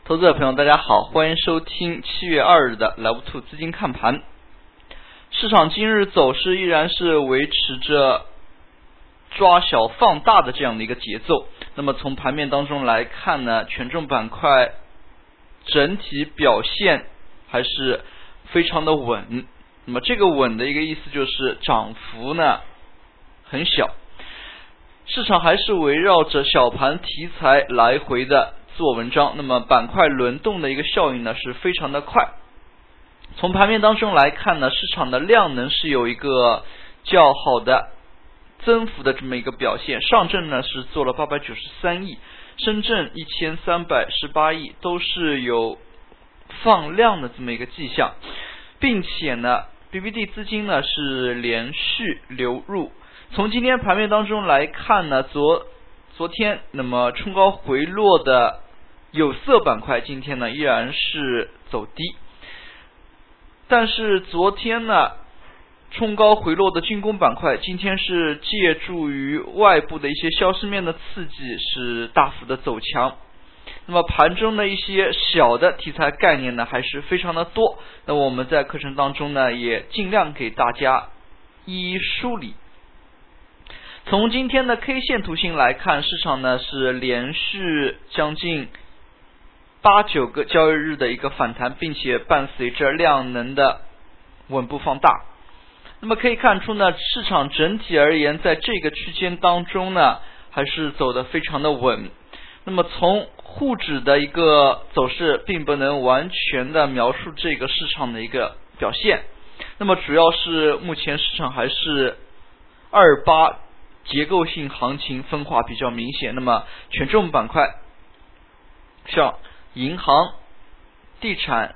投资者朋友大家好，欢迎收听7月2日的 Live2 资金看盘。市场今日走势依然是维持着抓小放大的这样的一个节奏。那么从盘面当中来看呢，权重板块整体表现还是非常的稳。那么这个稳的一个意思就是涨幅呢很小，市场还是围绕着小盘题材来回的做文章，那么板块轮动的一个效应呢是非常的快。从盘面当中来看呢，市场的量能是有一个较好的增幅的这么一个表现，上证呢是做了893亿，深圳1318亿，都是有放量的这么一个迹象，并且呢 BBD 资金呢是连续流入。从今天盘面当中来看呢，昨天那么冲高回落的有色板块今天呢依然是走低，但是昨天呢冲高回落的军工板块今天是借助于外部的一些消息面的刺激是大幅的走强。那么盘中的一些小的题材概念呢还是非常的多，那我们在课程当中呢也尽量给大家一一梳理。从今天的 K 线图形来看，市场呢是连续将近8-9个交易日的一个反弹，并且伴随着量能的稳步放大。那么可以看出呢，市场整体而言在这个区间当中呢还是走得非常的稳。那么从沪指的一个走势并不能完全的描述这个市场的一个表现，那么主要是目前市场还是28结构性行情分化比较明显。那么权重板块像银行、地产、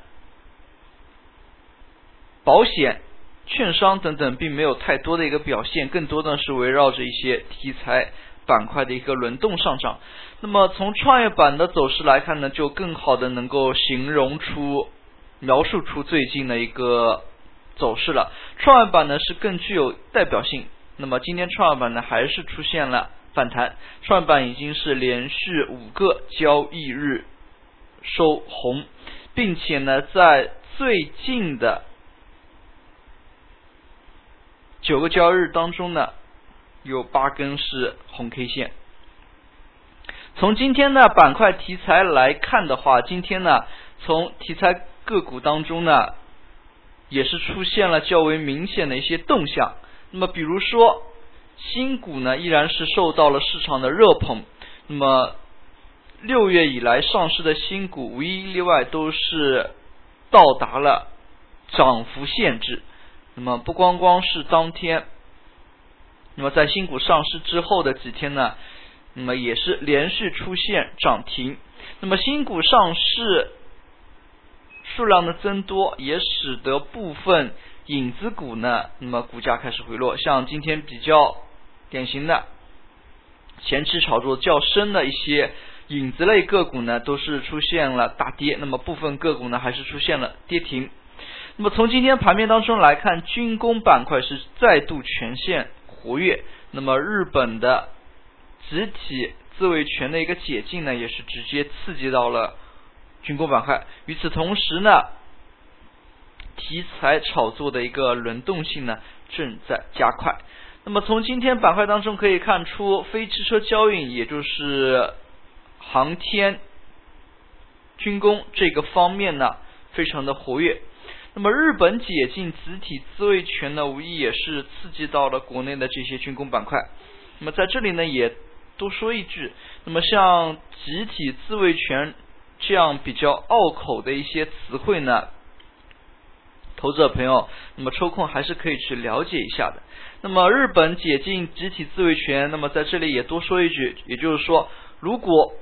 保险、券商等等并没有太多的一个表现，更多的是围绕着一些题材板块的一个轮动上涨。那么从创业板的走势来看呢，就更好的能够描述出最近的一个走势了。创业板呢是更具有代表性，那么今天创业板呢还是出现了反弹，创业板已经是连续5个交易日收红，并且呢在最近的9个交易日当中呢有8根是红 K 线。从今天的板块题材来看的话，今天呢从题材个股当中呢也是出现了较为明显的一些动向。那么比如说新股呢依然是受到了市场的热捧，那么6月以来上市的新股无一例外都是到达了涨幅限制。那么不光是当天，那么在新股上市之后的几天呢，那么也是连续出现涨停。那么新股上市数量的增多也使得部分影子股呢那么股价开始回落，像今天比较典型的前期炒作较深的一些影子类个股呢都是出现了大跌，那么部分个股呢还是出现了跌停。那么从今天盘面当中来看，军工板块是再度全线活跃，那么日本的集体自卫权的一个解禁呢也是直接刺激到了军工板块。与此同时呢，题材炒作的一个轮动性呢正在加快。那么从今天板块当中可以看出，非汽车交运也就是航天、军工这个方面呢非常的活跃。那么日本解禁集体自卫权呢无疑也是刺激到了国内的这些军工板块。那么在这里呢也多说一句，那么像集体自卫权这样比较拗口的一些词汇呢，投资者朋友那么抽空还是可以去了解一下的。那么日本解禁集体自卫权，那么在这里也多说一句，也就是说如果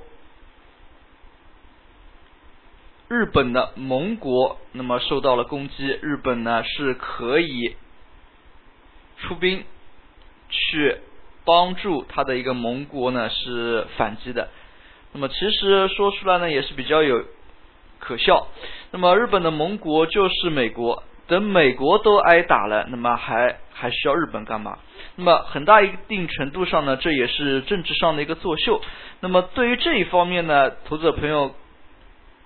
日本的盟国那么受到了攻击，日本呢是可以出兵去帮助他的一个盟国呢是反击的。那么其实说出来呢也是比较有可笑，那么日本的盟国就是美国，等美国都挨打了，那么还需要日本干嘛？那么很大一定程度上呢这也是政治上的一个作秀。那么对于这一方面呢，投资者朋友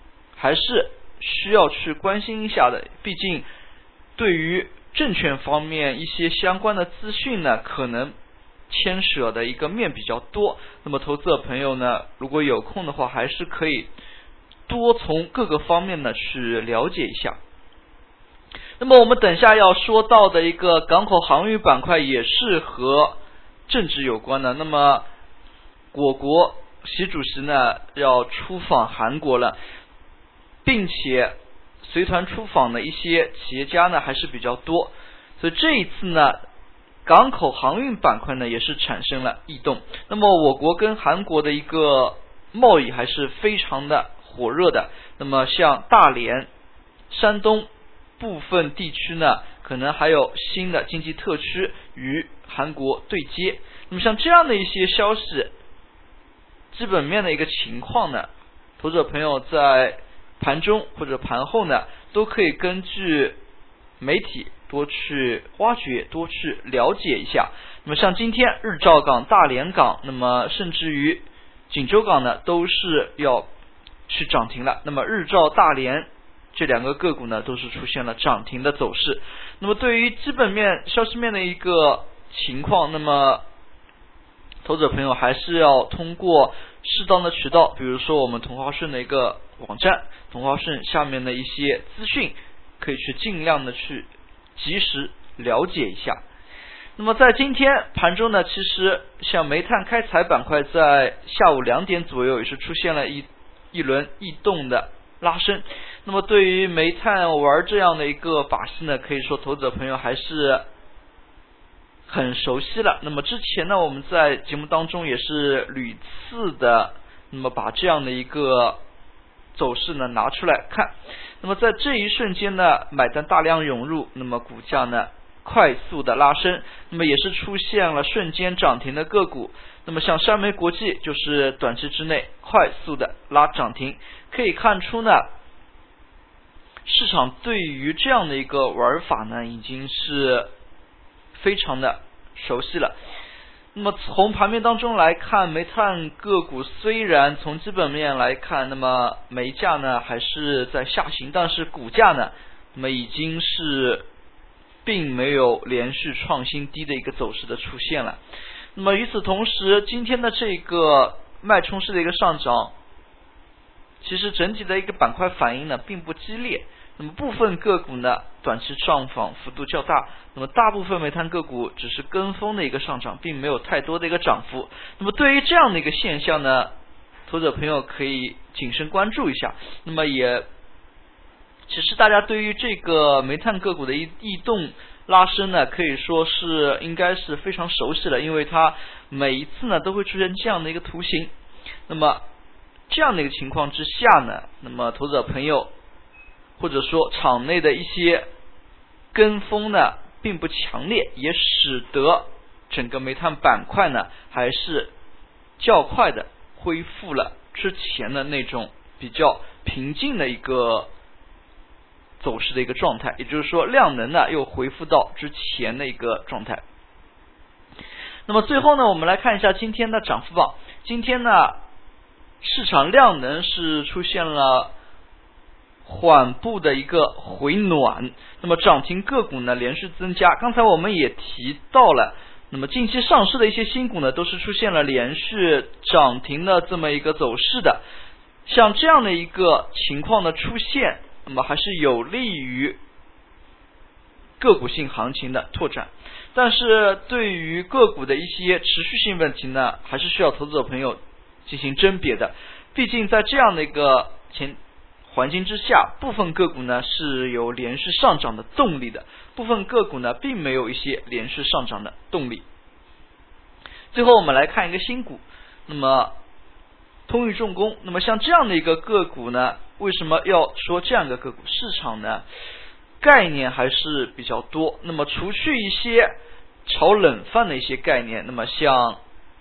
还是需要去关心一下的，毕竟对于证券方面一些相关的资讯呢，可能牵扯的一个面比较多，那么投资者朋友呢，如果有空的话，还是可以多从各个方面呢去了解一下。那么我们等下要说到的一个港口航运板块也是和政治有关的。那么我国习主席呢要出访韩国了，并且随团出访的一些企业家呢还是比较多，所以这一次呢港口航运板块呢也是产生了异动。那么我国跟韩国的一个贸易还是非常的火热的，那么像大连、山东部分地区呢可能还有新的经济特区与韩国对接。那么像这样的一些消息基本面的一个情况呢，投资者朋友在盘中或者盘后呢都可以根据媒体多去挖掘，多去了解一下。那么像今天日照港、大连港，那么甚至于锦州港呢都是要去涨停了。那么日照、大连这两个个股呢都是出现了涨停的走势。那么对于基本面消息面的一个情况，那么投资者朋友还是要通过适当的渠道，比如说我们同花顺的一个网站，同花顺下面的一些资讯，可以去尽量的去及时了解一下。那么在今天盘中呢，其实像煤炭开采板块在下午2点左右也是出现了一轮异动的拉升。那么对于煤炭玩这样的一个把戏呢，可以说投资者朋友还是很熟悉了。那么之前呢我们在节目当中也是屡次的那么把这样的一个走势呢拿出来看。那么在这一瞬间呢买单大量涌入，那么股价呢快速的拉升，那么也是出现了瞬间涨停的个股。那么像山煤国际就是短期之内快速的拉涨停，可以看出呢市场对于这样的一个玩法呢已经是非常的熟悉了。那么从盘面当中来看，煤炭个股虽然从基本面来看，那么煤价呢还是在下行，但是股价呢那么已经是并没有连续创新低的一个走势的出现了。那么与此同时，今天的这个脉冲式的一个上涨，其实整体的一个板块反应呢并不激烈，那么部分个股呢短期上涨幅度较大，那么大部分煤炭个股只是跟风的一个上涨，并没有太多的一个涨幅。那么对于这样的一个现象呢，投资者朋友可以谨慎关注一下。那么其实大家对于这个煤炭个股的异动拉升呢，可以说是应该是非常熟悉了，因为它每一次呢都会出现这样的一个图形。那么这样的一个情况之下呢，那么投资者朋友或者说场内的一些跟风呢并不强烈，也使得整个煤炭板块呢还是较快的恢复了之前的那种比较平静的一个走势的一个状态，也就是说量能呢又恢复到之前的一个状态。那么最后呢，我们来看一下今天的涨幅榜。今天呢市场量能是出现了缓步的一个回暖，那么涨停个股呢连续增加。刚才我们也提到了，那么近期上市的一些新股呢都是出现了连续涨停的这么一个走势的。像这样的一个情况的出现，那么还是有利于个股性行情的拓展。但是对于个股的一些持续性问题呢，还是需要投资者朋友进行甄别的。毕竟在这样的一个环境之下，部分个股呢是有连续上涨的动力的，部分个股呢并没有一些连续上涨的动力。最后我们来看一个新股，那么通裕重工。那么像这样的一个个股呢，为什么要说这样一个个股？市场呢概念还是比较多，那么除去一些炒冷饭的一些概念，那么像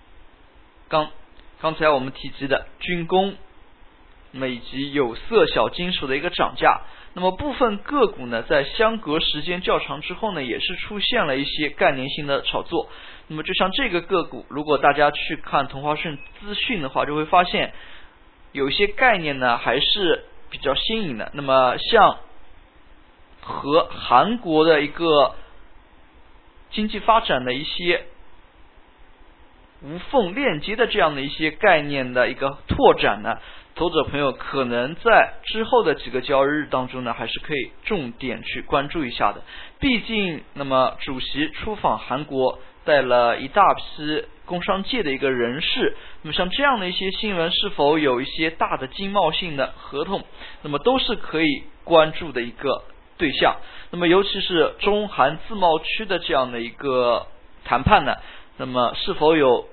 刚才我们提及的军工，那么以及有色小金属的一个涨价，那么部分个股呢在相隔时间较长之后呢，也是出现了一些概念性的炒作。那么就像这个个股，如果大家去看同花顺资讯的话，就会发现有一些概念呢还是比较新颖的。那么像和韩国的一个经济发展的一些无缝链接的这样的一些概念的一个拓展呢，投资者朋友可能在之后的几个交易日当中呢，还是可以重点去关注一下的。毕竟那么主席出访韩国，带了一大批工商界的一个人士，那么像这样的一些新闻是否有一些大的经贸性的合同，那么都是可以关注的一个对象。那么尤其是中韩自贸区的这样的一个谈判呢，那么是否有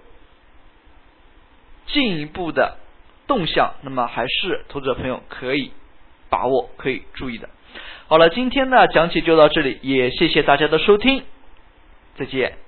进一步的动向，那么还是投资者朋友可以把握可以注意的。好了，今天呢讲解就到这里，也谢谢大家的收听，再见。